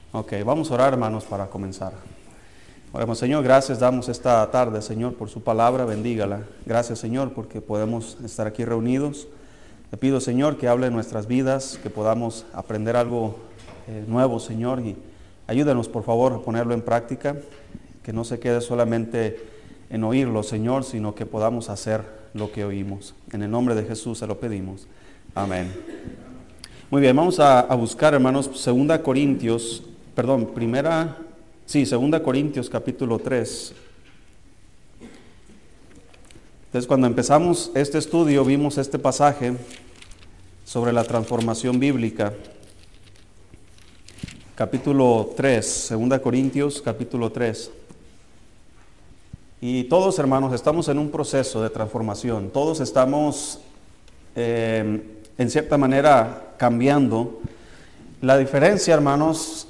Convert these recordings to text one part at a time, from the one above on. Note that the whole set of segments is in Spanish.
Ok, vamos a orar, hermanos, para comenzar. Oremos, Señor, gracias damos esta tarde, Señor, por su palabra, bendígala. Gracias, Señor, porque podemos estar aquí reunidos. Te pido, Señor, que hable en nuestras vidas, que podamos aprender algo nuevo, Señor, y ayúdanos, por favor, a ponerlo en práctica, que no se quede solamente en oírlo, Señor, sino que podamos hacer lo que oímos. En el nombre de Jesús se lo pedimos. Amén. Muy bien, vamos a buscar, hermanos, 2 Corintios capítulo 3. Entonces, cuando empezamos este estudio, vimos este pasaje sobre la transformación bíblica. Capítulo 3, 2 Corintios, capítulo 3. Y todos, hermanos, estamos en un proceso de transformación. Todos estamos, en cierta manera, cambiando. La diferencia, hermanos,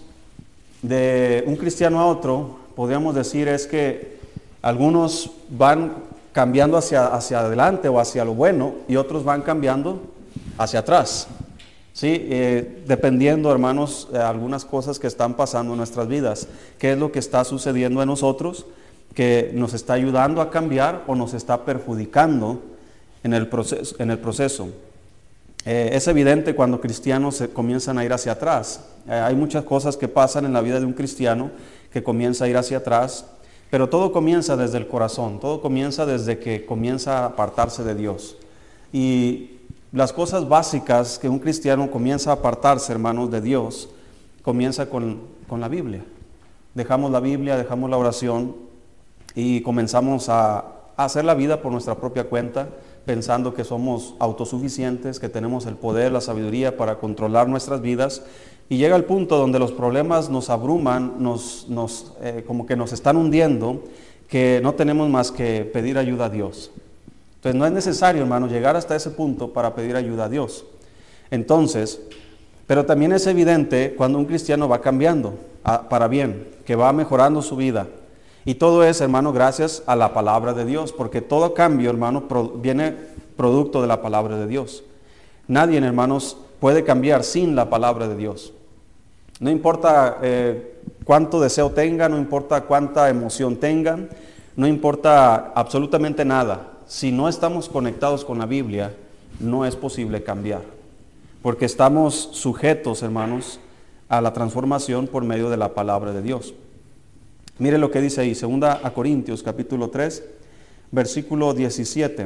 de un cristiano a otro, podríamos decir, es que algunos van cambiando hacia adelante o hacia lo bueno y otros van cambiando hacia atrás. ¿Sí? Dependiendo, hermanos, algunas cosas que están pasando en nuestras vidas. ¿Qué es lo que está sucediendo en nosotros que nos está ayudando a cambiar o nos está perjudicando en el proceso? Es evidente cuando cristianos se comienzan a ir hacia atrás. Hay muchas cosas que pasan en la vida de un cristiano que comienza a ir hacia atrás, pero todo comienza desde el corazón, todo comienza desde que comienza a apartarse de Dios. Y las cosas básicas que un cristiano comienza a apartarse, hermanos, de Dios, comienza con la Biblia. Dejamos la Biblia, dejamos la oración y comenzamos a hacer la vida por nuestra propia cuenta, pensando que somos autosuficientes, que tenemos el poder, la sabiduría para controlar nuestras vidas, y llega el punto donde los problemas nos abruman, como que nos están hundiendo, que no tenemos más que pedir ayuda a Dios. Entonces no es necesario, hermanos, llegar hasta ese punto para pedir ayuda a Dios. Entonces, pero también es evidente cuando un cristiano va cambiando para bien, que va mejorando su vida. Y todo es, hermano, gracias a la palabra de Dios, porque todo cambio, hermano, viene producto de la palabra de Dios. Nadie, hermanos, puede cambiar sin la palabra de Dios. No importa cuánto deseo tengan, no importa cuánta emoción tengan, no importa absolutamente nada. Si no estamos conectados con la Biblia, no es posible cambiar, porque estamos sujetos, hermanos, a la transformación por medio de la palabra de Dios. Mire lo que dice ahí, 2 Corintios capítulo 3, versículo 17.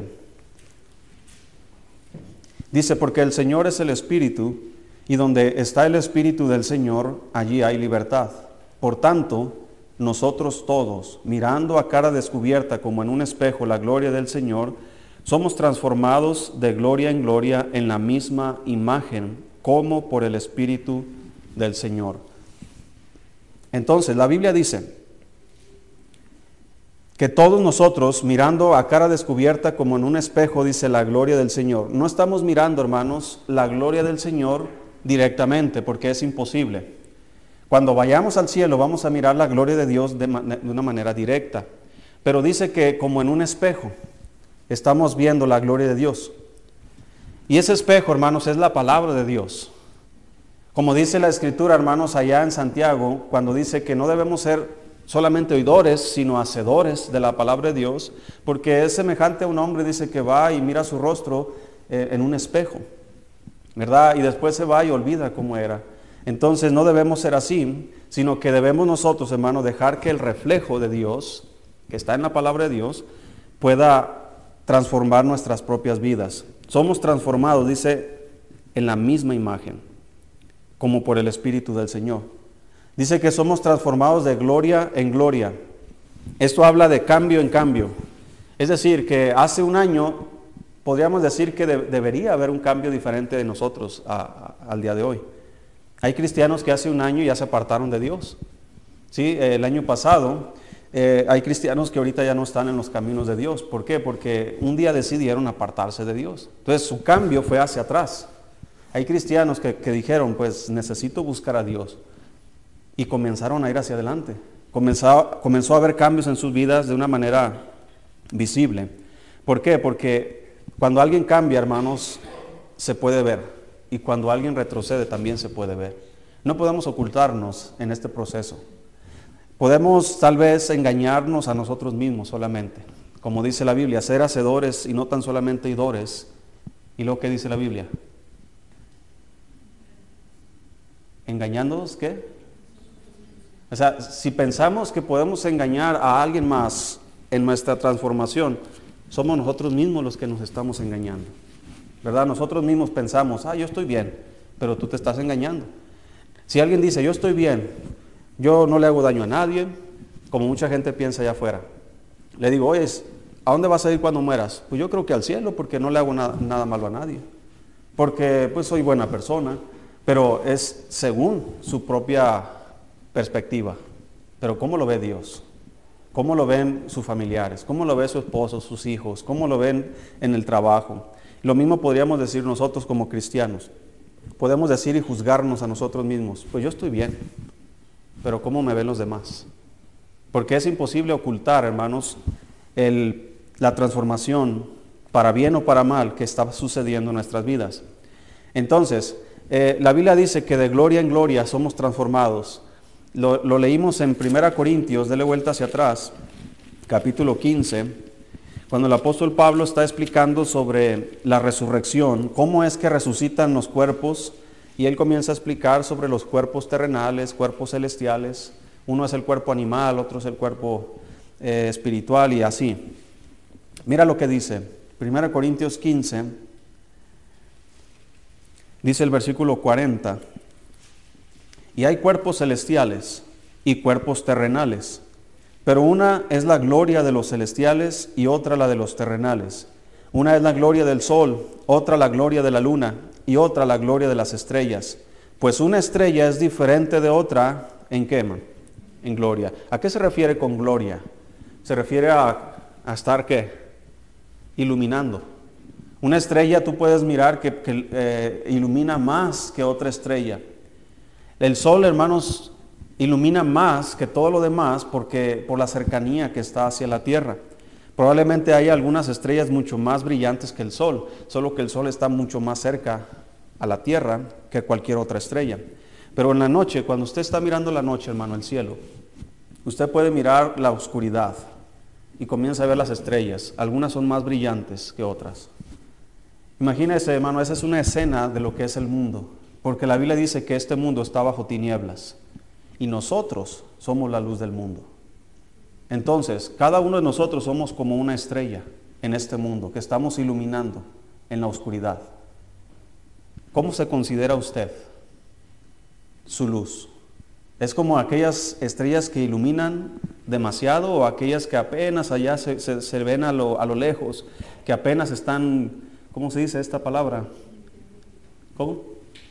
Dice, porque el Señor es el Espíritu, y donde está el Espíritu del Señor, allí hay libertad. Por tanto, nosotros todos, mirando a cara descubierta como en un espejo la gloria del Señor, somos transformados de gloria en gloria en la misma imagen, como por el Espíritu del Señor. Entonces, la Biblia dice que todos nosotros, mirando a cara descubierta como en un espejo, dice la gloria del Señor. No estamos mirando, hermanos, la gloria del Señor directamente, porque es imposible. Cuando vayamos al cielo vamos a mirar la gloria de Dios de una manera directa. Pero dice que como en un espejo estamos viendo la gloria de Dios. Y ese espejo, hermanos, es la palabra de Dios. Como dice la Escritura, hermanos, allá en Santiago, cuando dice que no debemos ser solamente oidores, sino hacedores de la palabra de Dios, porque es semejante a un hombre, dice, que va y mira su rostro en un espejo, ¿verdad? Y después se va y olvida cómo era. Entonces no debemos ser así, sino que debemos nosotros, hermanos, dejar que el reflejo de Dios, que está en la palabra de Dios, pueda transformar nuestras propias vidas. Somos transformados, dice, en la misma imagen, como por el Espíritu del Señor. Dice que somos transformados de gloria en gloria. Esto habla de cambio en cambio. Es decir, que hace un año podríamos decir que debería haber un cambio diferente de nosotros al día de hoy. Hay cristianos que hace un año ya se apartaron de Dios. ¿Sí? El año pasado hay cristianos que ahorita ya no están en los caminos de Dios. ¿Por qué? Porque un día decidieron apartarse de Dios. Entonces su cambio fue hacia atrás. Hay cristianos que dijeron, pues necesito buscar a Dios. Y comenzaron a ir hacia adelante. Comenzó a haber cambios en sus vidas de una manera visible. ¿Por qué? Porque cuando alguien cambia, hermanos, se puede ver. Y cuando alguien retrocede también se puede ver. No podemos ocultarnos en este proceso. Podemos tal vez engañarnos a nosotros mismos solamente. Como dice la Biblia, ser hacedores y no tan solamente oidores. ¿Y lo que dice la Biblia? ¿Engañándonos qué? O sea, si pensamos que podemos engañar a alguien más en nuestra transformación, somos nosotros mismos los que nos estamos engañando, ¿verdad? Nosotros mismos pensamos, yo estoy bien, pero tú te estás engañando. Si alguien dice, yo estoy bien, yo no le hago daño a nadie, como mucha gente piensa allá afuera, le digo, oye, ¿a dónde vas a ir cuando mueras? Pues yo creo que al cielo, porque no le hago nada malo a nadie, porque pues soy buena persona, pero es según su propia perspectiva. Pero ¿cómo lo ve Dios? ¿Cómo lo ven sus familiares? ¿Cómo lo ve su esposo, sus hijos? ¿Cómo lo ven en el trabajo? Lo mismo podríamos decir nosotros como cristianos. Podemos decir y juzgarnos a nosotros mismos, pues yo estoy bien, pero ¿cómo me ven los demás? Porque es imposible ocultar, hermanos, la transformación para bien o para mal que está sucediendo en nuestras vidas. Entonces, la Biblia dice que de gloria en gloria somos transformados. Lo leímos en 1 Corintios, dele vuelta hacia atrás, capítulo 15, cuando el apóstol Pablo está explicando sobre la resurrección, cómo es que resucitan los cuerpos, y él comienza a explicar sobre los cuerpos terrenales, cuerpos celestiales. Uno es el cuerpo animal, otro es el cuerpo espiritual y así. Mira lo que dice, 1 Corintios 15, dice el versículo 40. Y hay cuerpos celestiales y cuerpos terrenales, pero una es la gloria de los celestiales y otra la de los terrenales. Una es la gloria del sol, otra la gloria de la luna y otra la gloria de las estrellas. Pues una estrella es diferente de otra, ¿en qué, man? En gloria. ¿A qué se refiere con gloria? Se refiere a estar, ¿qué? Iluminando. Una estrella tú puedes mirar que ilumina más que otra estrella. El sol, hermanos, ilumina más que todo lo demás por la cercanía que está hacia la tierra. Probablemente hay algunas estrellas mucho más brillantes que el sol, solo que el sol está mucho más cerca a la tierra que cualquier otra estrella. Pero en la noche, cuando usted está mirando la noche, hermano, el cielo, usted puede mirar la oscuridad y comienza a ver las estrellas. Algunas son más brillantes que otras. Imagínese, hermano, esa es una escena de lo que es el mundo. Porque la Biblia dice que este mundo está bajo tinieblas y nosotros somos la luz del mundo. Entonces, cada uno de nosotros somos como una estrella en este mundo que estamos iluminando en la oscuridad. ¿Cómo se considera usted su luz? ¿Es como aquellas estrellas que iluminan demasiado o aquellas que apenas allá se ven a lo lejos, que apenas están, ¿cómo se dice esta palabra? ¿Cómo?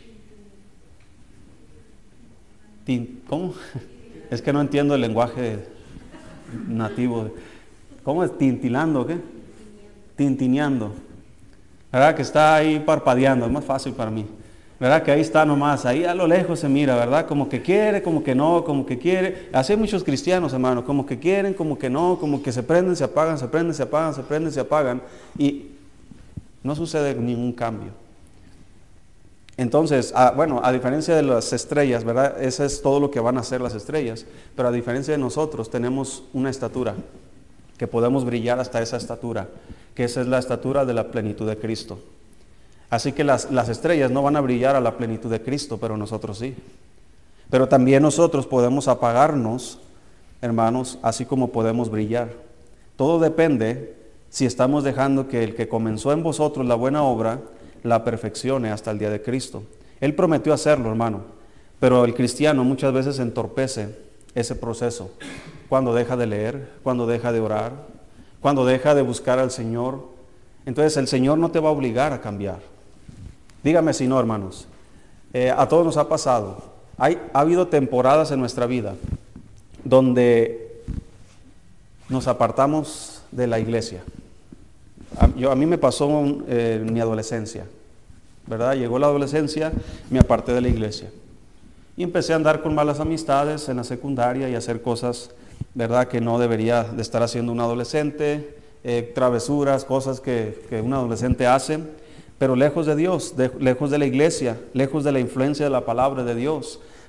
¿Cómo? Es que no entiendo el lenguaje nativo. ¿Cómo es? ¿Tintilando? ¿Qué? Tintineando. ¿Verdad? Que está ahí parpadeando, es más fácil para mí. ¿Verdad? Que ahí está nomás, ahí a lo lejos se mira, ¿verdad? Como que quiere, como que no, como que quiere. Así hay muchos cristianos, hermano, como que quieren, como que no, como que se prenden, se apagan, se prenden, se apagan, se prenden, se apagan. Y no sucede ningún cambio. Entonces, a diferencia de las estrellas, ¿verdad? Eso es todo lo que van a hacer las estrellas. Pero a diferencia de nosotros, tenemos una estatura, que podemos brillar hasta esa estatura, que esa es la estatura de la plenitud de Cristo. Así que las estrellas no van a brillar a la plenitud de Cristo, pero nosotros sí. Pero también nosotros podemos apagarnos, hermanos, así como podemos brillar. Todo depende si estamos dejando que el que comenzó en vosotros la buena obra la perfeccione hasta el día de Cristo. Él prometió hacerlo, hermano, pero el cristiano muchas veces entorpece ese proceso cuando deja de leer, cuando deja de orar, cuando deja de buscar al Señor. Entonces el Señor no te va a obligar a cambiar. Dígame si no, hermanos. A todos nos ha pasado. Ha habido temporadas en nuestra vida donde nos apartamos de la iglesia. A mí me pasó en mi adolescencia, ¿verdad? Llegó la adolescencia, me aparté de la iglesia. Y empecé a andar con malas amistades en la secundaria y hacer cosas, ¿verdad?, que no debería de estar haciendo un adolescente, travesuras, cosas que un adolescente hace, pero lejos de Dios, lejos de la iglesia, lejos de la influencia de la palabra de Dios.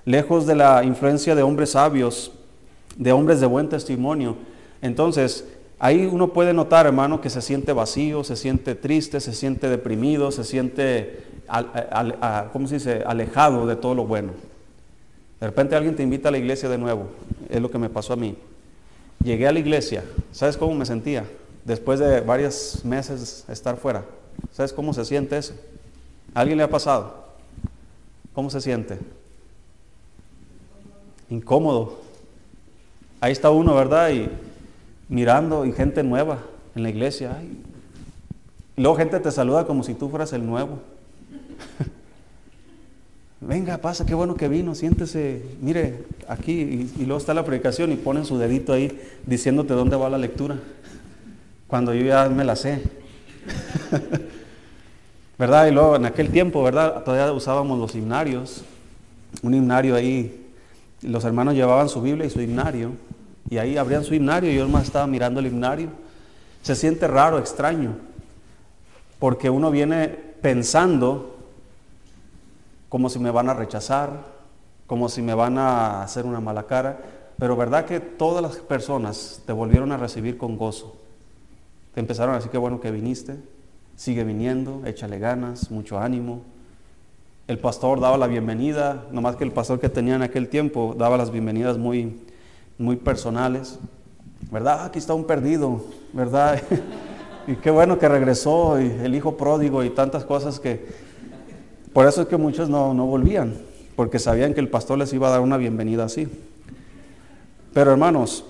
lejos de la influencia de hombres sabios, de hombres de buen testimonio. Entonces, ahí uno puede notar, hermano, que se siente vacío, se siente triste, se siente deprimido, se siente, ¿cómo se dice?, alejado de todo lo bueno. De repente alguien te invita a la iglesia de nuevo, es lo que me pasó a mí. Llegué a la iglesia, ¿sabes cómo me sentía? Después de varios meses estar fuera, ¿sabes cómo se siente eso? ¿A alguien le ha pasado? ¿Cómo se siente? Incómodo. Ahí está uno, ¿verdad? Y mirando y gente nueva en la iglesia. Ay. Y luego gente te saluda como si tú fueras el nuevo. Venga, pasa, qué bueno que vino, siéntese, mire, aquí, y luego está la predicación y ponen su dedito ahí diciéndote dónde va la lectura, cuando yo ya me la sé. ¿Verdad? Y luego en aquel tiempo, ¿verdad? Todavía usábamos los himnarios, un himnario ahí, los hermanos llevaban su Biblia y su himnario, y ahí abrían su himnario y yo más estaba mirando el himnario. Se siente raro, extraño, porque uno viene pensando como si me van a rechazar, como si me van a hacer una mala cara, pero verdad que todas las personas te volvieron a recibir con gozo. Te empezaron a decir, qué bueno que viniste, sigue viniendo, échale ganas, mucho ánimo. El pastor daba la bienvenida, nomás que el pastor que tenía en aquel tiempo daba las bienvenidas muy, muy personales. ¿Verdad? Aquí está un perdido, ¿verdad? Y qué bueno que regresó, y el hijo pródigo y tantas cosas que... Por eso es que muchos no volvían, porque sabían que el pastor les iba a dar una bienvenida así. Pero hermanos,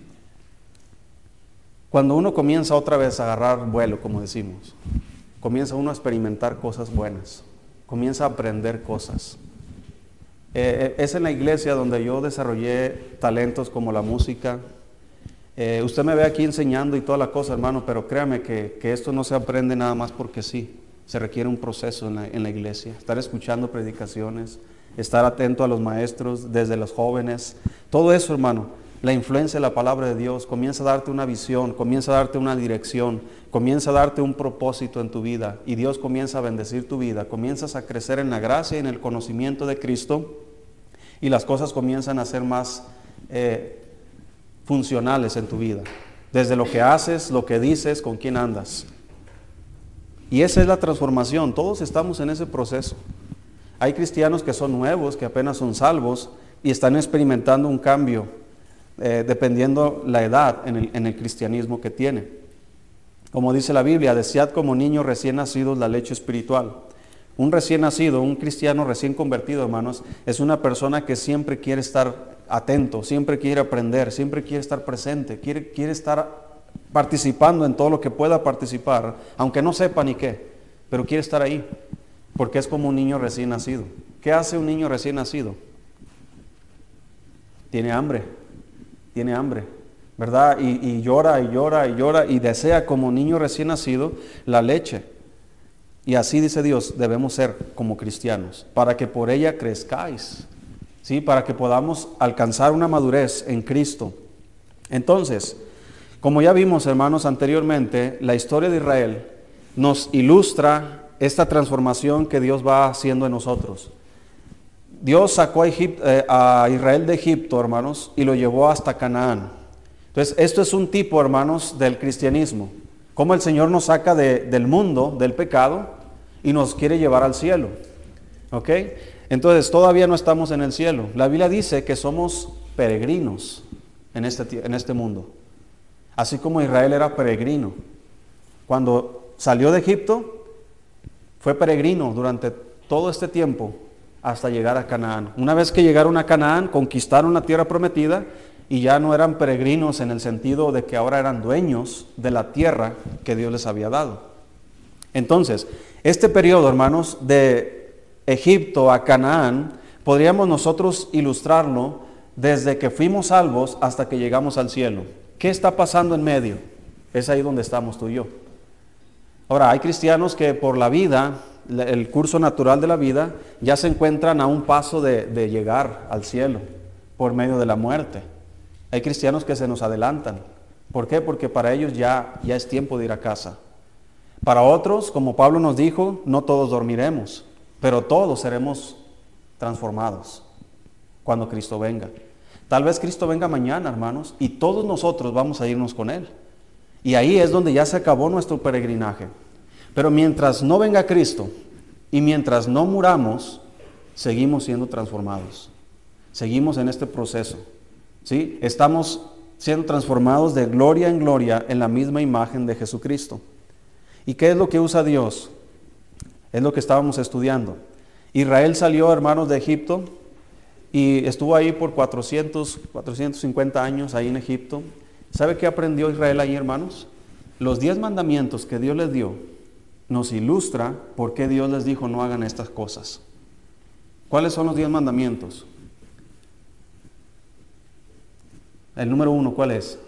cuando uno comienza otra vez a agarrar vuelo, como decimos, comienza uno a experimentar cosas buenas, comienza a aprender cosas. Es en la iglesia donde yo desarrollé talentos como la música. Usted me ve aquí enseñando y toda la cosa, hermano, pero créame que esto no se aprende nada más porque sí. Se requiere un proceso en la iglesia, estar escuchando predicaciones, estar atento a los maestros, desde los jóvenes. Todo eso, hermano, la influencia de la palabra de Dios comienza a darte una visión, comienza a darte una dirección, comienza a darte un propósito en tu vida y Dios comienza a bendecir tu vida. Comienzas a crecer en la gracia y en el conocimiento de Cristo y las cosas comienzan a ser más funcionales en tu vida. Desde lo que haces, lo que dices, con quién andas. Y esa es la transformación, todos estamos en ese proceso. Hay cristianos que son nuevos, que apenas son salvos y están experimentando un cambio dependiendo la edad en el cristianismo que tiene. Como dice la Biblia, desead como niños recién nacidos la leche espiritual. Un recién nacido, un cristiano recién convertido, hermanos, es una persona que siempre quiere estar atento, siempre quiere aprender, siempre quiere estar presente, quiere estar participando en todo lo que pueda participar, aunque no sepa ni qué, pero quiere estar ahí, porque es como un niño recién nacido. ¿Qué hace un niño recién nacido? Tiene hambre, ¿verdad? Y llora, y llora, y llora, y desea como niño recién nacido la leche. Y así dice Dios, debemos ser como cristianos, para que por ella crezcáis, ¿sí? Para que podamos alcanzar una madurez en Cristo. Entonces, como ya vimos, hermanos, anteriormente, la historia de Israel nos ilustra esta transformación que Dios va haciendo en nosotros. Dios sacó a Israel de Egipto, hermanos, y lo llevó hasta Canaán. Entonces, esto es un tipo, hermanos, del cristianismo. Cómo el Señor nos saca del mundo, del pecado, y nos quiere llevar al cielo. ¿Ok? Entonces, todavía no estamos en el cielo. La Biblia dice que somos peregrinos en este mundo. Así como Israel era peregrino. Cuando salió de Egipto, fue peregrino durante todo este tiempo hasta llegar a Canaán. Una vez que llegaron a Canaán, conquistaron la tierra prometida y ya no eran peregrinos en el sentido de que ahora eran dueños de la tierra que Dios les había dado. Entonces, este periodo, hermanos, de Egipto a Canaán, podríamos nosotros ilustrarlo desde que fuimos salvos hasta que llegamos al cielo. ¿Qué está pasando en medio? Es ahí donde estamos tú y yo. Ahora, hay cristianos que por la vida, el curso natural de la vida, ya se encuentran a un paso de llegar al cielo por medio de la muerte. Hay cristianos que se nos adelantan. ¿Por qué? Porque para ellos ya es tiempo de ir a casa. Para otros, como Pablo nos dijo, no todos dormiremos, pero todos seremos transformados. cuando Cristo venga. Tal vez Cristo venga mañana, hermanos, y todos nosotros vamos a irnos con Él. Y ahí es donde ya se acabó nuestro peregrinaje. Pero mientras no venga Cristo y mientras no muramos, seguimos siendo transformados. Seguimos en este proceso, ¿sí? Estamos siendo transformados de gloria en gloria en la misma imagen de Jesucristo. ¿Y qué es lo que usa Dios? Es lo que estábamos estudiando. Israel salió, hermanos, de Egipto y estuvo ahí por 450 años ahí en Egipto. ¿Sabe qué aprendió Israel ahí, hermanos? Los 10 mandamientos que Dios les dio nos ilustra por qué Dios les dijo no hagan estas cosas. ¿Cuáles son los 10 mandamientos? El número 1, ¿cuál es?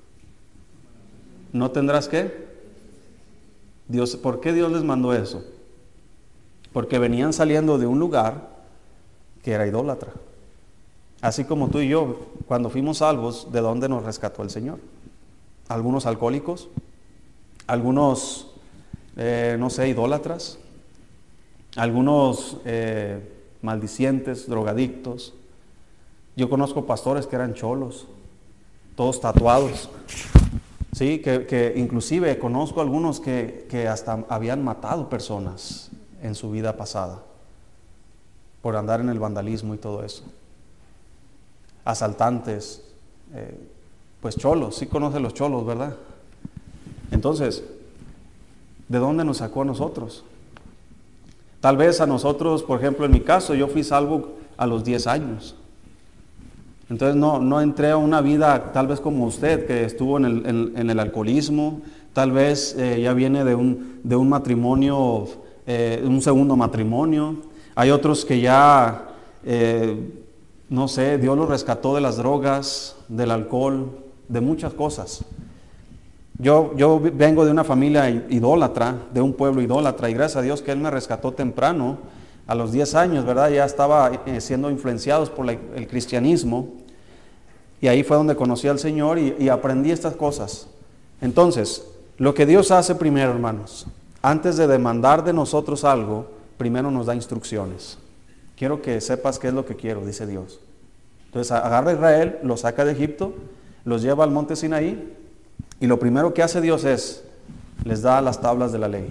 ¿No tendrás qué? Dios, ¿por qué Dios les mandó eso? Porque venían saliendo de un lugar que era idólatra. Así como tú y yo, cuando fuimos salvos, ¿de dónde nos rescató el Señor? Algunos alcohólicos, algunos, no sé, idólatras, algunos maldicientes, drogadictos. Yo conozco pastores que eran cholos, todos tatuados, ¿sí? Que inclusive conozco algunos que hasta habían matado personas en su vida pasada por andar en el vandalismo y todo eso. Asaltantes, pues cholos, sí conoce los cholos, ¿verdad? Entonces, ¿de dónde nos sacó a nosotros? Tal vez a nosotros, por ejemplo, en mi caso, yo fui salvo a los 10 años. Entonces no entré a una vida tal vez como usted, que estuvo en el alcoholismo, tal vez ya viene de un matrimonio, un segundo matrimonio. Hay otros que ya, no sé, Dios los rescató de las drogas, del alcohol, de muchas cosas. Yo vengo de una familia idólatra, de un pueblo idólatra, y gracias a Dios que Él me rescató temprano, a los 10 años, ¿verdad? Ya estaba siendo influenciados por el cristianismo, y ahí fue donde conocí al Señor y aprendí estas cosas. Entonces, lo que Dios hace primero, hermanos, antes de demandar de nosotros algo, primero nos da instrucciones. Quiero que sepas qué es lo que quiero, dice Dios. Entonces agarra a Israel, lo saca de Egipto, los lleva al monte Sinaí, y lo primero que hace Dios es, les da las tablas de la ley,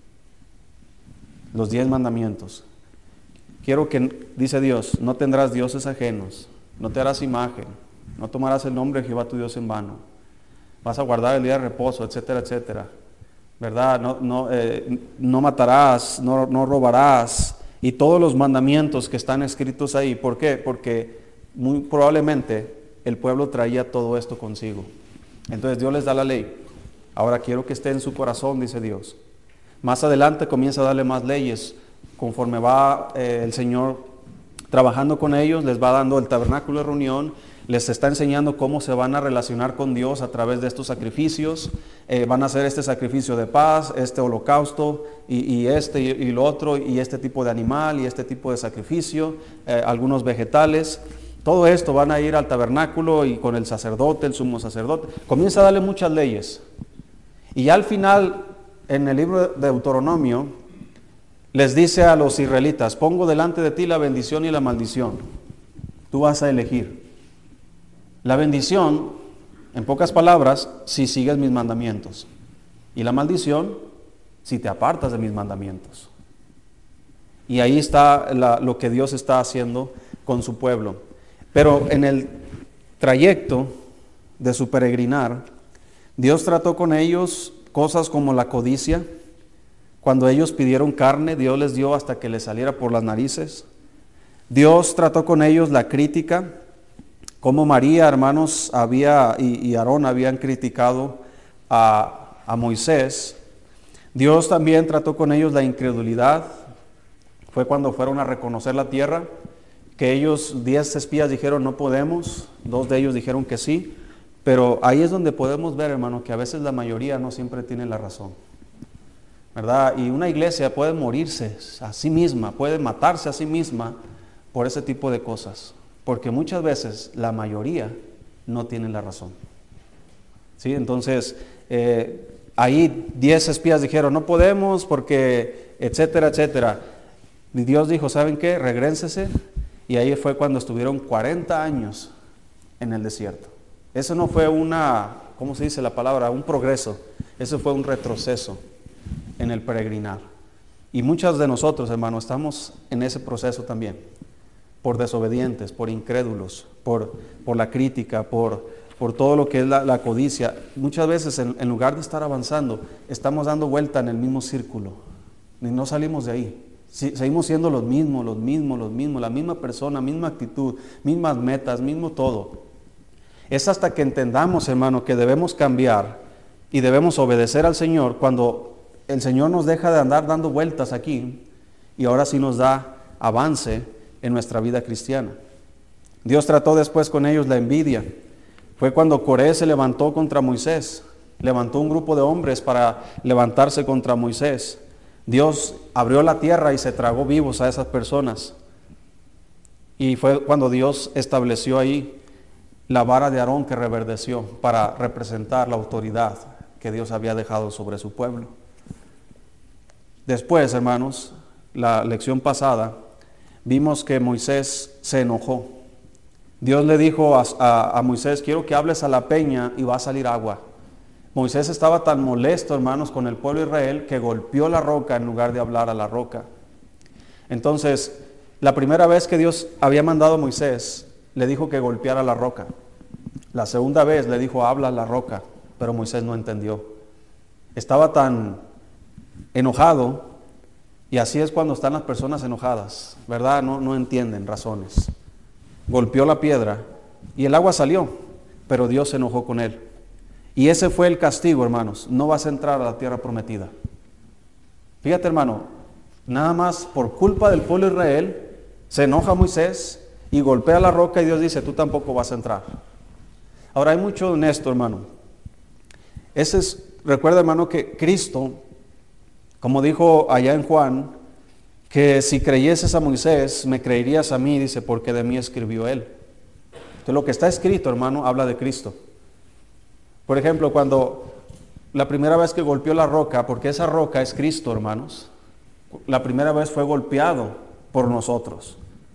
los 10 mandamientos. Quiero que, dice Dios, no tendrás dioses ajenos, no te harás imagen, no tomarás el nombre de Jehová tu Dios en vano, vas a guardar el día de reposo, etcétera, etcétera, ¿verdad? No matarás, no robarás, y todos los mandamientos que están escritos ahí. ¿Por qué? Porque muy probablemente el pueblo traía todo esto consigo. Entonces Dios les da la ley. Ahora quiero que esté en su corazón, dice Dios. Más adelante comienza a darle más leyes. Conforme va el Señor trabajando con ellos, les va dando el tabernáculo de reunión, les está enseñando cómo se van a relacionar con Dios a través de estos sacrificios. Van a hacer este sacrificio de paz, este holocausto, y lo otro, y este tipo de animal, y este tipo de sacrificio, algunos vegetales. Todo esto van a ir al tabernáculo y con el sacerdote, el sumo sacerdote. Comienza a darle muchas leyes. Y ya al final, en el libro de Deuteronomio, les dice a los israelitas, pongo delante de ti la bendición y la maldición. Tú vas a elegir. La bendición, en pocas palabras, si sigues mis mandamientos. Y la maldición, si te apartas de mis mandamientos. Y ahí está lo que Dios está haciendo con su pueblo. Pero en el trayecto de su peregrinar, Dios trató con ellos cosas como la codicia. Cuando ellos pidieron carne, Dios les dio hasta que les saliera por las narices. Dios trató con ellos la crítica, como María, hermanos, y Aarón habían criticado a Moisés. Dios también trató con ellos la incredulidad. Fue cuando fueron a reconocer la tierra, que ellos, 10 espías dijeron no podemos, 2 de ellos dijeron que sí, pero ahí es donde podemos ver, hermano, que a veces la mayoría no siempre tiene la razón, ¿verdad? Y una iglesia puede morirse a sí misma, puede matarse a sí misma por ese tipo de cosas, porque muchas veces la mayoría no tiene la razón, ¿sí? Entonces, ahí 10 espías dijeron no podemos porque etcétera, etcétera. Y Dios dijo, ¿saben qué? Regrénsese Y ahí fue cuando estuvieron 40 años en el desierto. Eso no fue ¿cómo se dice la palabra? Un progreso. Eso fue un retroceso en el peregrinar. Y muchos de nosotros, hermanos, estamos en ese proceso también. Por desobedientes, por incrédulos, por la crítica, por todo lo que es la codicia. Muchas veces en lugar de estar avanzando, estamos dando vuelta en el mismo círculo. Y no salimos de ahí. Seguimos siendo los mismos, la misma persona, misma actitud, mismas metas, mismo todo. Es hasta que entendamos, hermano, que debemos cambiar y debemos obedecer al Señor cuando el Señor nos deja de andar dando vueltas aquí y ahora sí nos da avance en nuestra vida cristiana. Dios trató después con ellos la envidia. Fue cuando Coré se levantó contra Moisés, levantó un grupo de hombres para levantarse contra Moisés. Dios abrió la tierra y se tragó vivos a esas personas. Y fue cuando Dios estableció ahí la vara de Aarón que reverdeció para representar la autoridad que Dios había dejado sobre su pueblo. Después, hermanos, la lección pasada, vimos que Moisés se enojó. Dios le dijo a Moisés, quiero que hables a la peña y va a salir agua. Moisés estaba tan molesto, hermanos, con el pueblo de Israel que golpeó la roca en lugar de hablar a la roca. Entonces, la primera vez que Dios había mandado a Moisés, le dijo que golpeara la roca. La segunda vez le dijo, habla a la roca, pero Moisés no entendió. Estaba tan enojado, y así es cuando están las personas enojadas, ¿verdad? No entienden razones. Golpeó la piedra y el agua salió, pero Dios se enojó con él. Y ese fue el castigo, hermanos. No vas a entrar a la tierra prometida. Fíjate, hermano, nada más por culpa del pueblo de Israel, se enoja Moisés y golpea la roca y Dios dice, tú tampoco vas a entrar. Ahora hay mucho en esto, hermano. Recuerda, hermano, que Cristo, como dijo allá en Juan, que si creyeses a Moisés, me creerías a mí, dice, porque de mí escribió él. Entonces lo que está escrito, hermano, habla de Cristo. Por ejemplo, cuando la primera vez que golpeó la roca, porque esa roca es Cristo, hermanos, la primera vez fue golpeado por nosotros.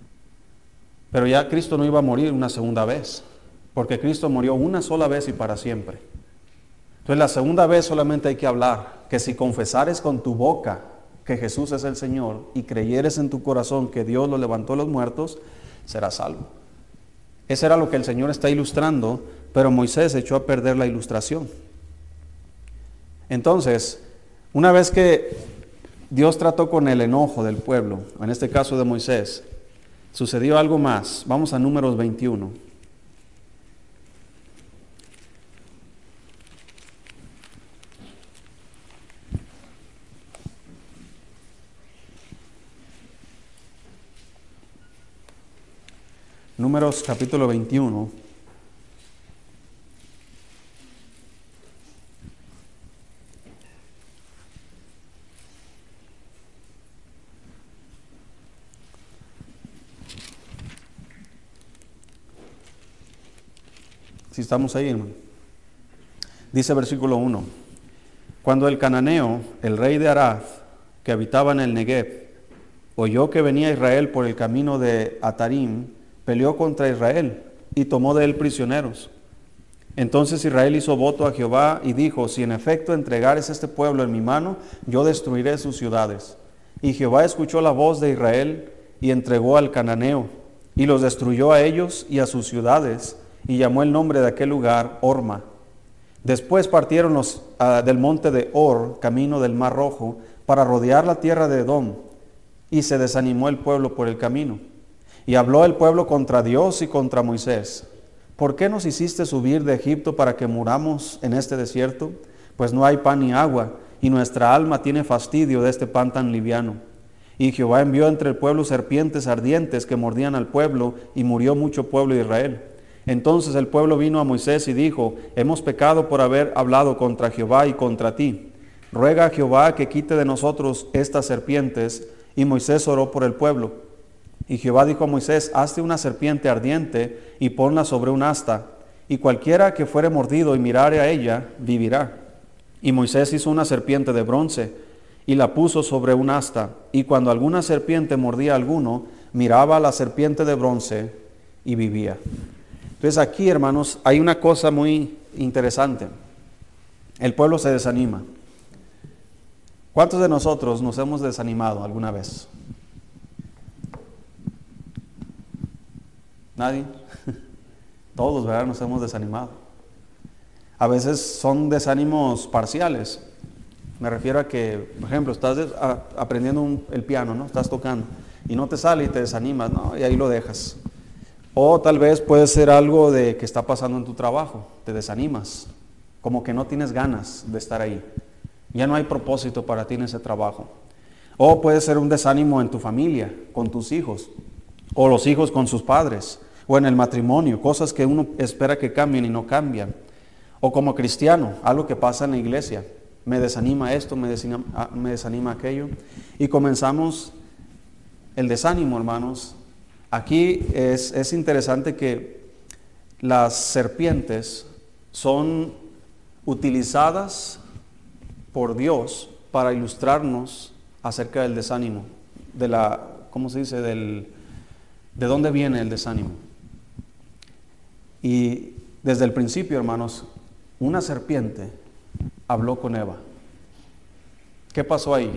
Pero ya Cristo no iba a morir una segunda vez, porque Cristo murió una sola vez y para siempre. Entonces la segunda vez solamente hay que hablar, que si confesares con tu boca que Jesús es el Señor y creyeres en tu corazón que Dios lo levantó de los muertos, serás salvo. Eso era lo que el Señor está ilustrando, pero Moisés echó a perder la ilustración. Entonces, una vez que Dios trató con el enojo del pueblo, en este caso de Moisés, sucedió algo más. Vamos a Números 21. Números capítulo 21. Si estamos ahí, hermano. Dice versículo 1. Cuando el cananeo, el rey de Arad, que habitaba en el Negev, oyó que venía Israel por el camino de Atarim, peleó contra Israel y tomó de él prisioneros. Entonces Israel hizo voto a Jehová y dijo, si en efecto entregares este pueblo en mi mano, yo destruiré sus ciudades. Y Jehová escuchó la voz de Israel y entregó al cananeo, y los destruyó a ellos y a sus ciudades, y llamó el nombre de aquel lugar Horma. Después partieron del monte de Hor, camino del Mar Rojo, para rodear la tierra de Edom, y se desanimó el pueblo por el camino. Y habló el pueblo contra Dios y contra Moisés. ¿Por qué nos hiciste subir de Egipto para que muramos en este desierto? Pues no hay pan ni agua, y nuestra alma tiene fastidio de este pan tan liviano. Y Jehová envió entre el pueblo serpientes ardientes que mordían al pueblo, y murió mucho pueblo de Israel. Entonces el pueblo vino a Moisés y dijo, hemos pecado por haber hablado contra Jehová y contra ti. Ruega a Jehová que quite de nosotros estas serpientes. Y Moisés oró por el pueblo. Y Jehová dijo a Moisés, hazte una serpiente ardiente y ponla sobre un asta, y cualquiera que fuere mordido y mirare a ella, vivirá. Y Moisés hizo una serpiente de bronce, y la puso sobre un asta, y cuando alguna serpiente mordía a alguno, miraba a la serpiente de bronce y vivía. Entonces aquí, hermanos, hay una cosa muy interesante. El pueblo se desanima. ¿Cuántos de nosotros nos hemos desanimado alguna vez? ¿Nadie? Todos, ¿verdad? Nos hemos desanimado. A veces son desánimos parciales. Me refiero a que, por ejemplo, estás aprendiendo el piano, ¿no? Estás tocando y no te sale y te desanimas, ¿no? Y ahí lo dejas. O tal vez puede ser algo de que está pasando en tu trabajo, te desanimas, como que no tienes ganas de estar ahí. Ya no hay propósito para ti en ese trabajo. O puede ser un desánimo en tu familia, con tus hijos, o los hijos con sus padres, o en el matrimonio, cosas que uno espera que cambien y no cambian. O como cristiano, algo que pasa en la iglesia, me desanima esto, me desanima aquello. Y comenzamos el desánimo, hermanos. Aquí es interesante que las serpientes son utilizadas por Dios para ilustrarnos acerca del desánimo, ¿cómo se dice? De dónde viene el desánimo. Y desde el principio, hermanos, una serpiente habló con Eva. ¿Qué pasó ahí?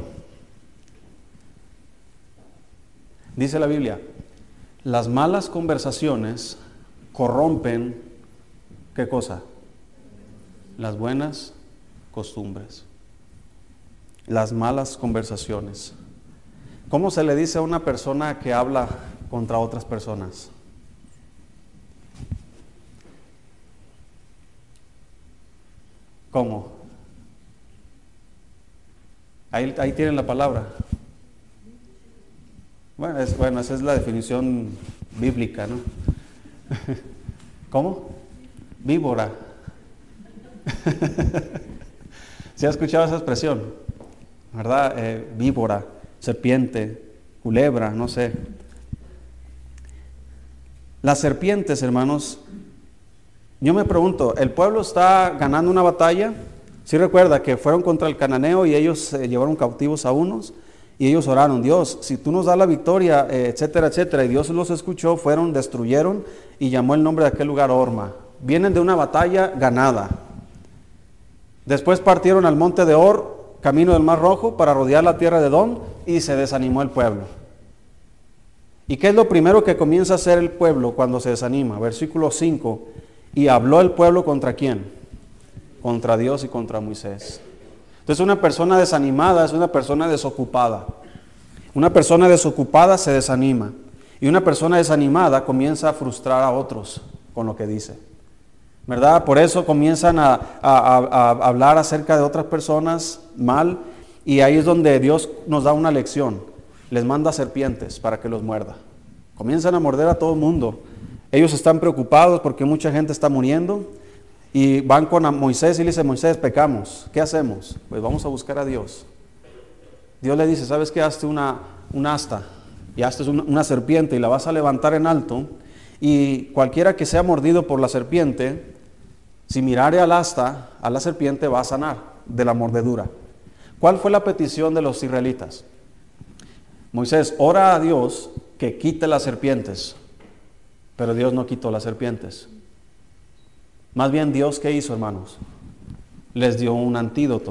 Dice la Biblia, las malas conversaciones corrompen, ¿qué cosa? Las buenas costumbres. Las malas conversaciones. ¿Cómo se le dice a una persona que habla contra otras personas? ¿Cómo? Ahí tienen la palabra. Bueno, esa es la definición bíblica, ¿no? ¿Cómo? Víbora. ¿Se ha escuchado esa expresión? ¿Verdad? Víbora, serpiente, culebra, no sé. Las serpientes, hermanos, yo me pregunto, ¿el pueblo está ganando una batalla? Sí, recuerda que fueron contra el cananeo y ellos llevaron cautivos a unos y ellos oraron, Dios, si tú nos das la victoria, etcétera, etcétera, y Dios los escuchó, fueron, destruyeron y llamó el nombre de aquel lugar Horma. Vienen de una batalla ganada. Después partieron al monte de Hor, camino del Mar Rojo, para rodear la tierra de Edom, y se desanimó el pueblo. ¿Y qué es lo primero que comienza a hacer el pueblo cuando se desanima? Versículo 5, y habló el pueblo ¿contra quién? Contra Dios y contra Moisés. Entonces una persona desanimada es una persona desocupada. Una persona desocupada se desanima. Y una persona desanimada comienza a frustrar a otros con lo que dice. ¿Verdad? Por eso comienzan a hablar acerca de otras personas mal. Y ahí es donde Dios nos da una lección. Les manda serpientes para que los muerda. Comienzan a morder a todo el mundo. Ellos están preocupados porque mucha gente está muriendo. Y van con Moisés y le dicen, Moisés, pecamos. ¿Qué hacemos? Pues vamos a buscar a Dios. Dios le dice, ¿sabes qué? Hazte un asta. Y hazte una serpiente y la vas a levantar en alto. Y cualquiera que sea mordido por la serpiente, si mirare al asta, a la serpiente va a sanar de la mordedura. ¿Cuál fue la petición de los israelitas? Moisés, ora a Dios que quite las serpientes. Pero Dios no quitó las serpientes. Más bien Dios, ¿qué hizo, hermanos? Les dio un antídoto.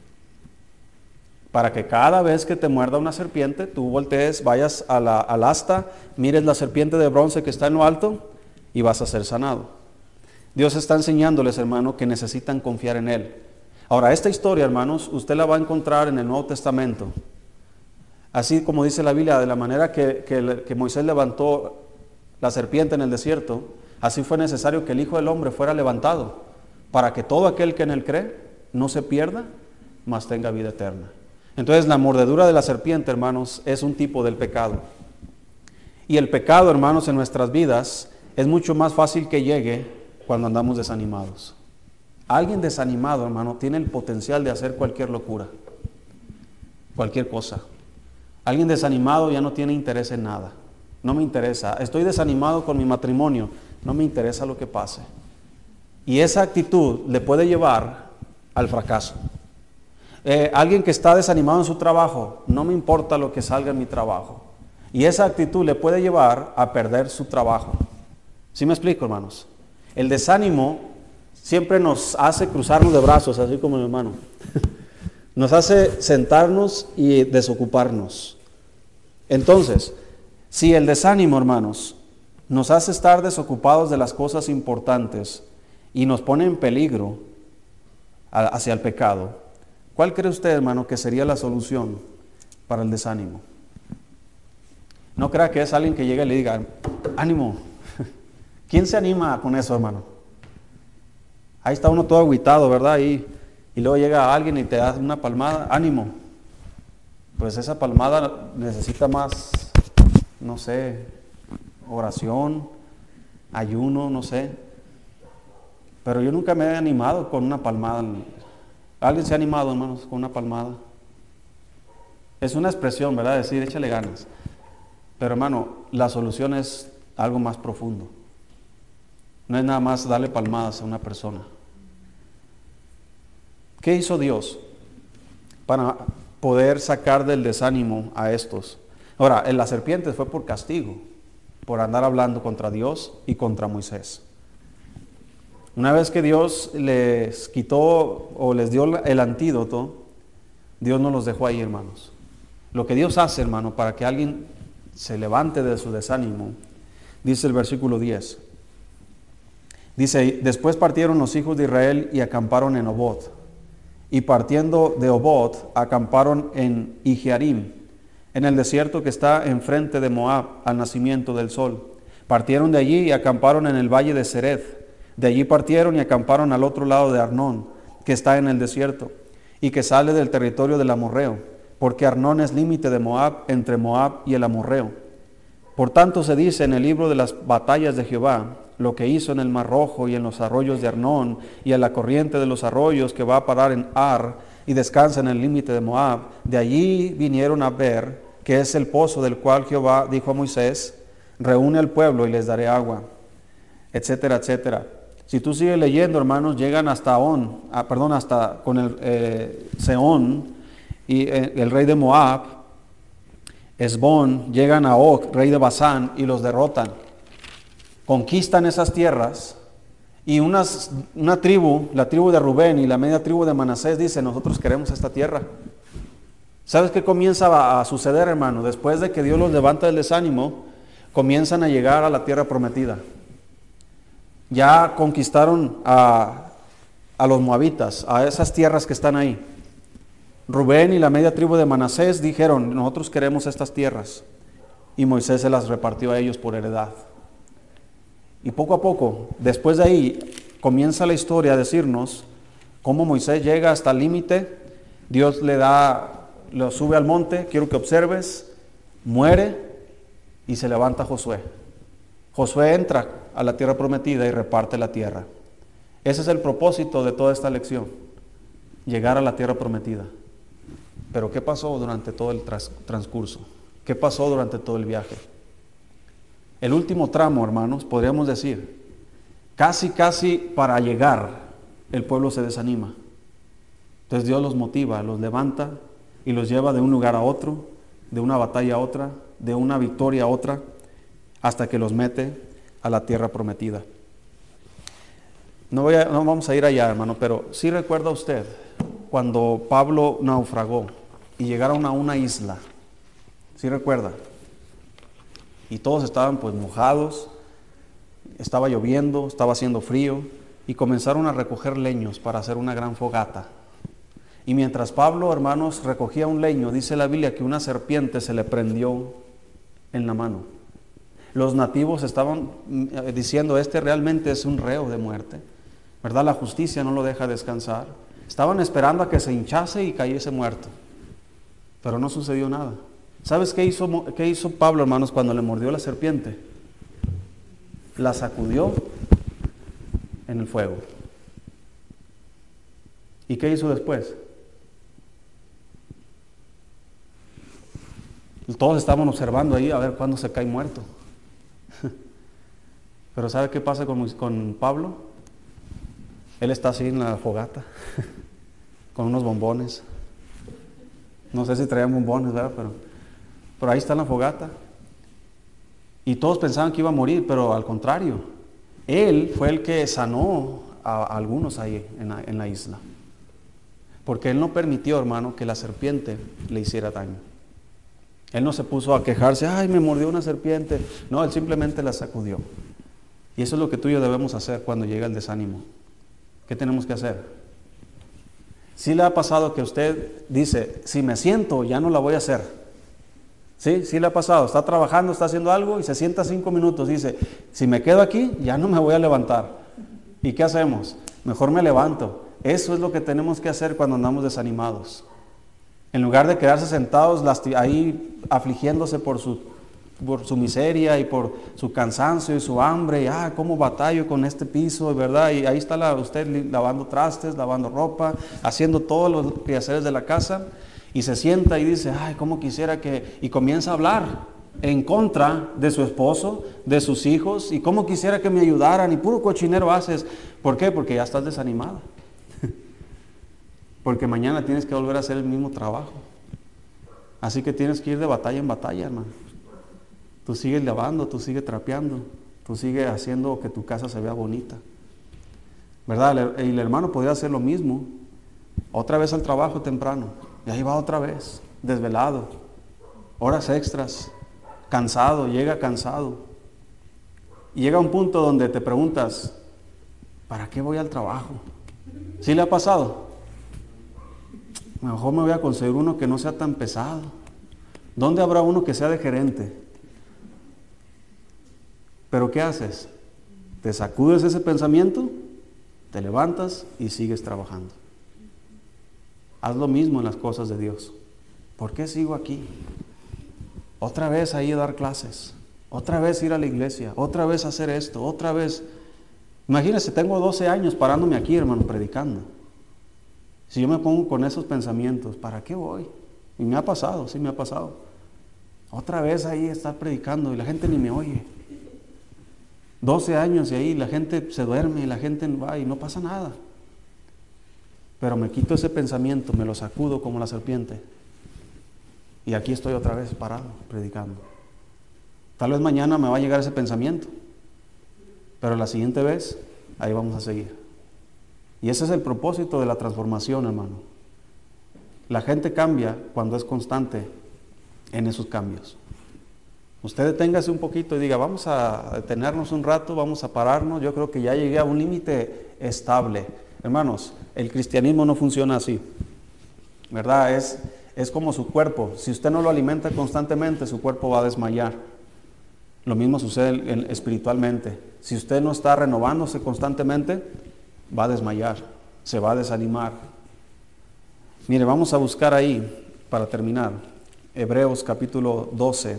Para que cada vez que te muerda una serpiente, tú voltees, vayas al asta, mires la serpiente de bronce que está en lo alto y vas a ser sanado. Dios está enseñándoles, hermano, que necesitan confiar en Él. Ahora, esta historia, hermanos, usted la va a encontrar en el Nuevo Testamento. Así como dice la Biblia, de la manera que Moisés levantó la serpiente en el desierto, así fue necesario que el Hijo del Hombre fuera levantado, para que todo aquel que en Él cree no se pierda, mas tenga vida eterna. Entonces la mordedura de la serpiente, hermanos, es un tipo del pecado. Y el pecado, hermanos, en nuestras vidas es mucho más fácil que llegue cuando andamos desanimados. Alguien desanimado, hermano, tiene el potencial de hacer cualquier locura, cualquier cosa. Alguien desanimado ya no tiene interés en nada. No me interesa. Estoy desanimado con mi matrimonio. No me interesa lo que pase. Y esa actitud le puede llevar al fracaso. Alguien que está desanimado en su trabajo, no me importa lo que salga en mi trabajo. Y esa actitud le puede llevar a perder su trabajo. ¿Sí me explico, hermanos? El desánimo siempre nos hace cruzarnos de brazos, así como mi hermano. Nos hace sentarnos y desocuparnos. Entonces, si el desánimo, hermanos, nos hace estar desocupados de las cosas importantes y nos pone en peligro hacia el pecado, ¿cuál cree usted, hermano, que sería la solución para el desánimo? No crea que es alguien que llegue y le diga, ánimo. ¿Quién se anima con eso, hermano? Ahí está uno todo agüitado, ¿verdad? Y luego llega alguien y te da una palmada, ánimo. Pues esa palmada necesita más, no sé, oración, ayuno, no sé. Pero yo nunca me he animado con una palmada. ¿Alguien se ha animado, hermanos, con una palmada? Es una expresión, ¿verdad? Decir, échale ganas. Pero, hermano, la solución es algo más profundo. No es nada más darle palmadas a una persona. ¿Qué hizo Dios para poder sacar del desánimo a estos? Ahora, en las serpientes fue por castigo, por andar hablando contra Dios y contra Moisés. Una vez que Dios les quitó o les dio el antídoto, Dios no los dejó ahí, hermanos. Lo que Dios hace, hermano, para que alguien se levante de su desánimo, dice el versículo 10. Dice, después partieron los hijos de Israel y acamparon en Obot. Y partiendo de Obot, acamparon en Ijearim, en el desierto que está enfrente de Moab, al nacimiento del sol. Partieron de allí y acamparon en el valle de Sered. De allí partieron y acamparon al otro lado de Arnón, que está en el desierto, y que sale del territorio del amorreo, porque Arnón es límite de Moab, entre Moab y el amorreo. Por tanto se dice en el libro de las batallas de Jehová, lo que hizo en el Mar Rojo y en los arroyos de Arnón y en la corriente de los arroyos que va a parar en Ar y descansa en el límite de Moab. De allí vinieron a ver, que es el pozo del cual Jehová dijo a Moisés, reúne al pueblo y les daré agua, etcétera, etcétera. Si tú sigues leyendo, hermanos, llegan hasta hasta con el Seón y el rey de Moab, Esbón, llegan a Og, rey de Basán, y los derrotan. Conquistan esas tierras y una tribu, la tribu de Rubén y la media tribu de Manasés, dice, nosotros queremos esta tierra. ¿Sabes qué comienza a suceder, hermano? Después de que Dios los levanta del desánimo, comienzan a llegar a la tierra prometida. Ya conquistaron a los moabitas, a esas tierras que están ahí. Rubén y la media tribu de Manasés dijeron, nosotros queremos estas tierras. Y Moisés se las repartió a ellos por heredad. Y poco a poco, después de ahí, comienza la historia a decirnos cómo Moisés llega hasta el límite, Dios lo sube al monte, quiero que observes, muere y se levanta Josué. Josué entra a la tierra prometida y reparte la tierra. Ese es el propósito de toda esta lección, llegar a la tierra prometida. Pero ¿qué pasó durante todo el transcurso? ¿Qué pasó durante todo el viaje? El último tramo, hermanos, podríamos decir, casi para llegar, el pueblo se desanima. Entonces Dios los motiva, los levanta y los lleva de un lugar a otro, de una batalla a otra, de una victoria a otra, hasta que los mete a la tierra prometida. No vamos a ir allá, hermano, pero sí recuerda usted cuando Pablo naufragó y llegaron a una isla. ¿Sí recuerda? Y todos estaban pues mojados, estaba lloviendo, estaba haciendo frío, y comenzaron a recoger leños para hacer una gran fogata. Y mientras Pablo, hermanos, recogía un leño, dice la Biblia que una serpiente se le prendió en la mano. Los nativos estaban diciendo, este realmente es un reo de muerte, ¿verdad? La justicia no lo deja descansar. Estaban esperando a que se hinchase y cayese muerto, pero no sucedió nada. ¿Sabes qué hizo Pablo, hermanos, cuando le mordió la serpiente? La sacudió en el fuego. ¿Y qué hizo después? Todos estaban observando ahí a ver cuándo se cae muerto. Pero ¿sabe qué pasa con Pablo? Él está así en la fogata, con unos bombones. No sé si traían bombones, ¿verdad? Pero ahí está en la fogata. Y todos pensaban que iba a morir, pero al contrario, él fue el que sanó a algunos ahí en la isla. Porque él no permitió, hermano, que la serpiente le hiciera daño. Él no se puso a quejarse, ay, me mordió una serpiente. No, él simplemente la sacudió. Y eso es lo que tú y yo debemos hacer cuando llega el desánimo. ¿Qué tenemos que hacer? ¿Sí le ha pasado que usted dice, si me siento, ya no la voy a hacer? ¿Sí? ¿Sí le ha pasado? Está trabajando, está haciendo algo y se sienta 5 minutos. Dice, si me quedo aquí, ya no me voy a levantar. ¿Y qué hacemos? Mejor me levanto. Eso es lo que tenemos que hacer cuando andamos desanimados. En lugar de quedarse sentados ahí afligiéndose por su miseria y por su cansancio y su hambre, y cómo batallo con este piso, ¿verdad? Y ahí está usted lavando trastes, lavando ropa, haciendo todos los quehaceres de la casa, y se sienta y dice, ay, cómo quisiera y comienza a hablar en contra de su esposo, de sus hijos, y cómo quisiera que me ayudaran, y puro cochinero haces. ¿Por qué? Porque ya estás desanimado. Porque mañana tienes que volver a hacer el mismo trabajo. Así que tienes que ir de batalla en batalla, hermano. Tú sigues lavando, tú sigues trapeando, tú sigues haciendo que tu casa se vea bonita, ¿verdad? Y el hermano podría hacer lo mismo. Otra vez al trabajo temprano, y ahí va otra vez, desvelado, horas extras, cansado, llega cansado. Y llega un punto donde te preguntas, ¿para qué voy al trabajo? ¿Sí le ha pasado? Mejor me voy a conseguir uno que no sea tan pesado. ¿Dónde habrá uno que sea de gerente? Pero ¿qué haces? Te sacudes ese pensamiento, te levantas y sigues trabajando. Haz lo mismo en las cosas de Dios. ¿Por qué sigo aquí? Otra vez ahí a dar clases, otra vez ir a la iglesia, otra vez hacer esto, otra vez. Imagínense, tengo 12 años parándome aquí, hermano, predicando. Si yo me pongo con esos pensamientos, ¿para qué voy? Y me ha pasado, sí me ha pasado. Otra vez ahí estar predicando y la gente ni me oye. 12 años y ahí la gente se duerme y la gente va y no pasa nada. Pero me quito ese pensamiento, me lo sacudo como la serpiente. Y aquí estoy otra vez parado, predicando. Tal vez mañana me va a llegar ese pensamiento. Pero la siguiente vez, ahí vamos a seguir. Y ese es el propósito de la transformación, hermano. La gente cambia cuando es constante en esos cambios. Usted deténgase un poquito y diga, vamos a detenernos un rato, vamos a pararnos. Yo creo que ya llegué a un límite estable. Hermanos, el cristianismo no funciona así, ¿verdad? Es como su cuerpo. Si usted no lo alimenta constantemente, su cuerpo va a desmayar. Lo mismo sucede espiritualmente. Si usted no está renovándose constantemente, va a desmayar, se va a desanimar. Mire, vamos a buscar ahí, para terminar, Hebreos capítulo 12.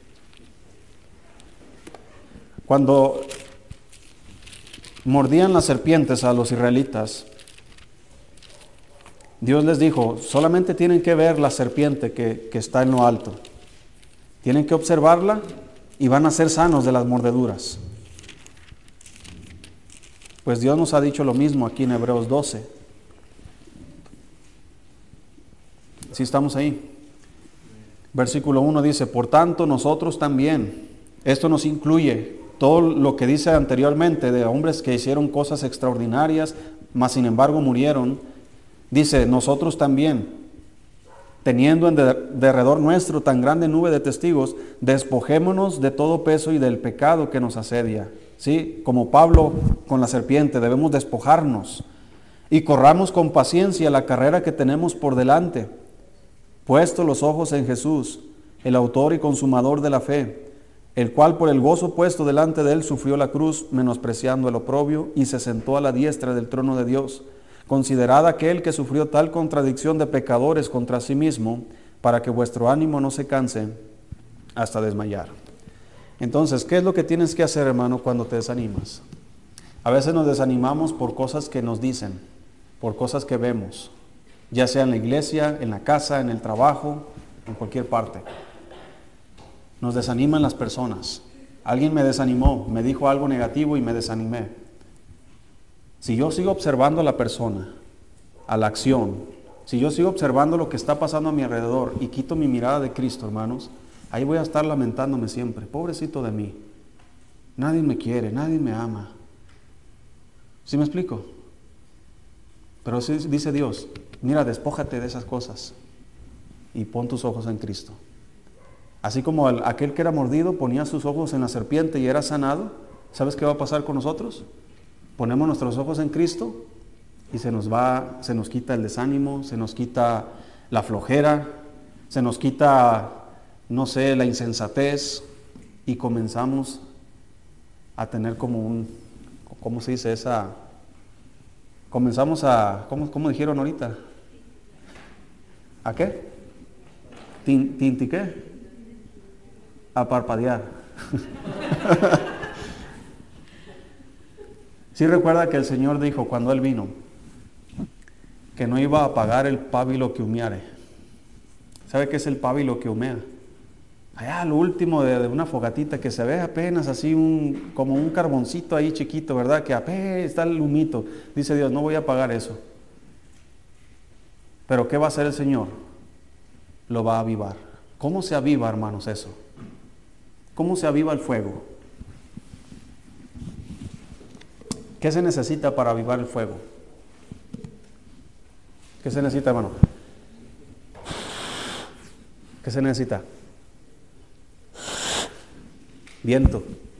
Cuando mordían las serpientes a los israelitas, Dios les dijo, solamente tienen que ver la serpiente que está en lo alto. Tienen que observarla y van a ser sanos de las mordeduras. Pues Dios nos ha dicho lo mismo aquí en Hebreos 12. ¿Sí estamos ahí? Versículo 1 dice, por tanto nosotros también, esto nos incluye todo lo que dice anteriormente de hombres que hicieron cosas extraordinarias, mas sin embargo murieron. Dice, nosotros también, teniendo en derredor nuestro tan grande nube de testigos, despojémonos de todo peso y del pecado que nos asedia. ¿Sí? Como Pablo con la serpiente, debemos despojarnos y corramos con paciencia la carrera que tenemos por delante, puesto los ojos en Jesús, el autor y consumador de la fe, el cual por el gozo puesto delante de él sufrió la cruz, menospreciando el oprobio, y se sentó a la diestra del trono de Dios. Considerad aquel que sufrió tal contradicción de pecadores contra sí mismo, para que vuestro ánimo no se canse hasta desmayar. Entonces, ¿qué es lo que tienes que hacer, hermano, cuando te desanimas? A veces nos desanimamos por cosas que nos dicen, por cosas que vemos, ya sea en la iglesia, en la casa, en el trabajo, en cualquier parte. Nos desaniman las personas. Alguien me desanimó, me dijo algo negativo y me desanimé. Si yo sigo observando a la persona, a la acción, si yo sigo observando lo que está pasando a mi alrededor y quito mi mirada de Cristo, hermanos, ahí voy a estar lamentándome siempre, pobrecito de mí. nadie me quiere, nadie me ama. ¿Sí me explico? Pero sí dice Dios, mira, despójate de esas cosas y pon tus ojos en Cristo. Así como aquel que era mordido ponía sus ojos en la serpiente y era sanado, ¿sabes qué va a pasar con nosotros? Ponemos nuestros ojos en Cristo y se nos quita el desánimo, se nos quita la flojera, se nos quita, no sé, la insensatez y comenzamos a tener como ¿cómo se dice esa? Comenzamos ¿cómo dijeron ahorita? ¿A qué? ¿Tinti qué? A parpadear. Sí recuerda que el Señor dijo cuando Él vino que no iba a apagar el pábilo que humeare. ¿Sabe qué es el pábilo que humea? Allá lo último de una fogatita que se ve apenas así como un carboncito ahí chiquito, ¿verdad? Que apenas está el humito. Dice Dios, no voy a apagar eso. Pero ¿qué va a hacer el Señor? Lo va a avivar. ¿Cómo se aviva, hermanos, eso? ¿Cómo se aviva el fuego? ¿Qué se necesita para avivar el fuego? ¿Qué se necesita, hermano? ¿Qué se necesita? Viento.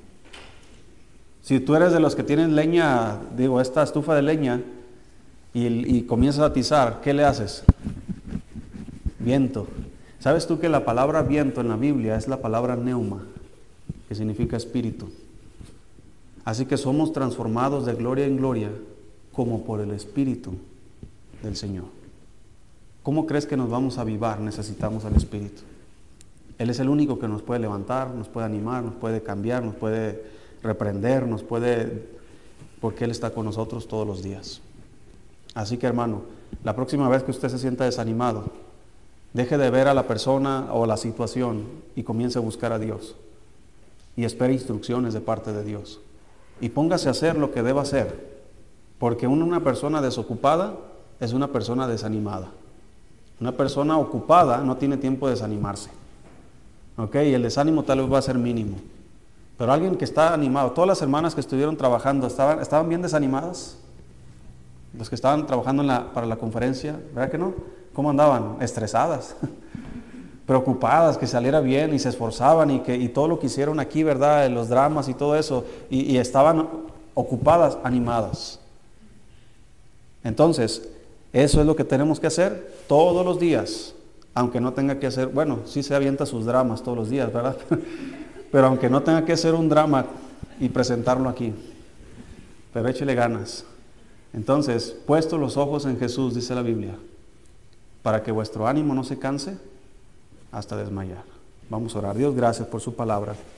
Si tú eres de los que tienen leña, esta estufa de leña, y comienzas a atizar, ¿qué le haces? Viento. ¿Sabes tú que la palabra viento en la Biblia es la palabra neuma, que significa espíritu? Así que somos transformados de gloria en gloria como por el Espíritu del Señor. ¿Cómo crees que nos vamos a avivar? Necesitamos al Espíritu. Él es el único que nos puede levantar, nos puede animar, nos puede cambiar, nos puede reprender, porque Él está con nosotros todos los días. Así que, hermano, la próxima vez que usted se sienta desanimado, deje de ver a la persona o la situación y comience a buscar a Dios. Y espere instrucciones de parte de Dios. Y póngase a hacer lo que deba hacer. Porque una persona desocupada es una persona desanimada. Una persona ocupada no tiene tiempo de desanimarse. ¿Ok? Y el desánimo tal vez va a ser mínimo. Pero alguien que está animado, todas las hermanas que estuvieron trabajando, ¿estaban bien desanimadas? Los que estaban trabajando para la conferencia, ¿verdad que no? ¿Cómo andaban? Estresadas, preocupadas que saliera bien y se esforzaban y todo lo que hicieron aquí, ¿verdad? Los dramas y todo eso, y estaban ocupadas, animadas. Entonces, eso es lo que tenemos que hacer todos los días, aunque no tenga que hacer, bueno, sí se avienta sus dramas todos los días, ¿verdad? Pero aunque no tenga que hacer un drama y presentarlo aquí, pero échele ganas. Entonces, puesto los ojos en Jesús, dice la Biblia, para que vuestro ánimo no se canse hasta desmayar. Vamos a orar. Dios, gracias por su palabra.